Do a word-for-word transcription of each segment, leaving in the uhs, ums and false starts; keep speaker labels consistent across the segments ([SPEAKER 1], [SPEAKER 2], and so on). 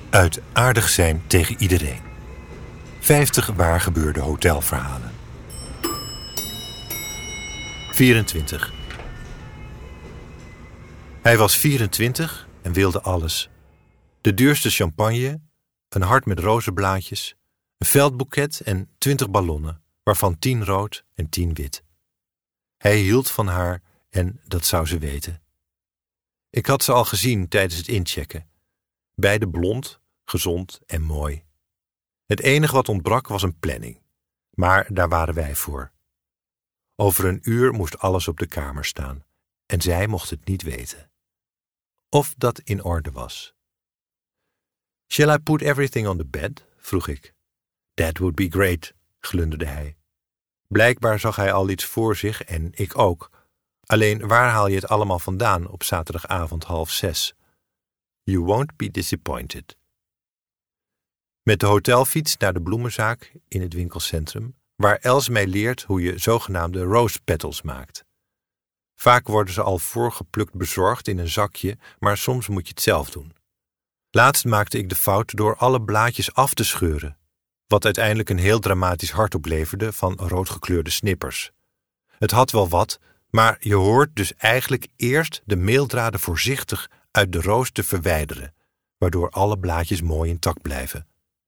[SPEAKER 1] Uit aardig zijn tegen iedereen. vijftig waargebeurde hotelverhalen. vierentwintig. Hij was vierentwintig en wilde alles. De duurste champagne, een hart met rozenblaadjes, een veldboeket en twintig ballonnen, waarvan tien rood en tien wit. Hij hield van haar en dat zou ze weten. Ik had ze al gezien tijdens het inchecken. Beide blond, gezond en mooi. Het enige wat ontbrak was een planning, maar daar waren wij voor. Over een uur moest alles op de kamer staan en zij mocht het niet weten. Of dat in orde was. "Shall I put everything on the bed?" vroeg ik. "That would be great," glunderde hij. Blijkbaar zag hij al iets voor zich en ik ook. Alleen waar haal je het allemaal vandaan op zaterdagavond half zes? You won't be disappointed. Met de hotelfiets naar de bloemenzaak in het winkelcentrum, waar Els mij leert hoe je zogenaamde rose petals maakt. Vaak worden ze al voorgeplukt bezorgd in een zakje, maar soms moet je het zelf doen. Laatst maakte ik de fout door alle blaadjes af te scheuren, wat uiteindelijk een heel dramatisch hart opleverde van roodgekleurde snippers. Het had wel wat, maar je hoort dus eigenlijk eerst de meeldraden voorzichtig uit de roos te verwijderen, waardoor alle blaadjes mooi intact blijven.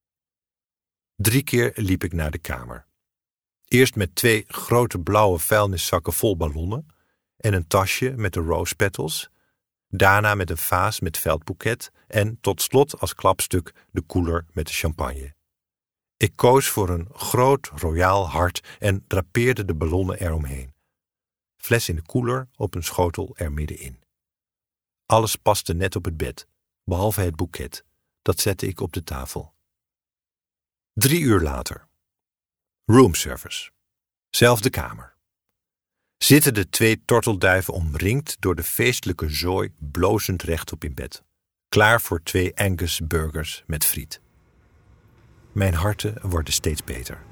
[SPEAKER 1] Drie keer liep ik naar de kamer. Eerst met twee grote blauwe vuilniszakken vol ballonnen en een tasje met de rose petals, daarna met een vaas met veldboeket en tot slot als klapstuk de koeler met de champagne. Ik koos voor een groot royaal hart en drapeerde de ballonnen eromheen. Fles in de koeler op een schotel er middenin. Alles paste net op het bed, behalve het boeket. Dat zette ik op de tafel. Drie uur later. Roomservice. Zelfde kamer. Zitten de twee tortelduiven omringd door de feestelijke zooi blozend rechtop in bed. Klaar voor twee Angus burgers met friet. Mijn harten worden steeds beter.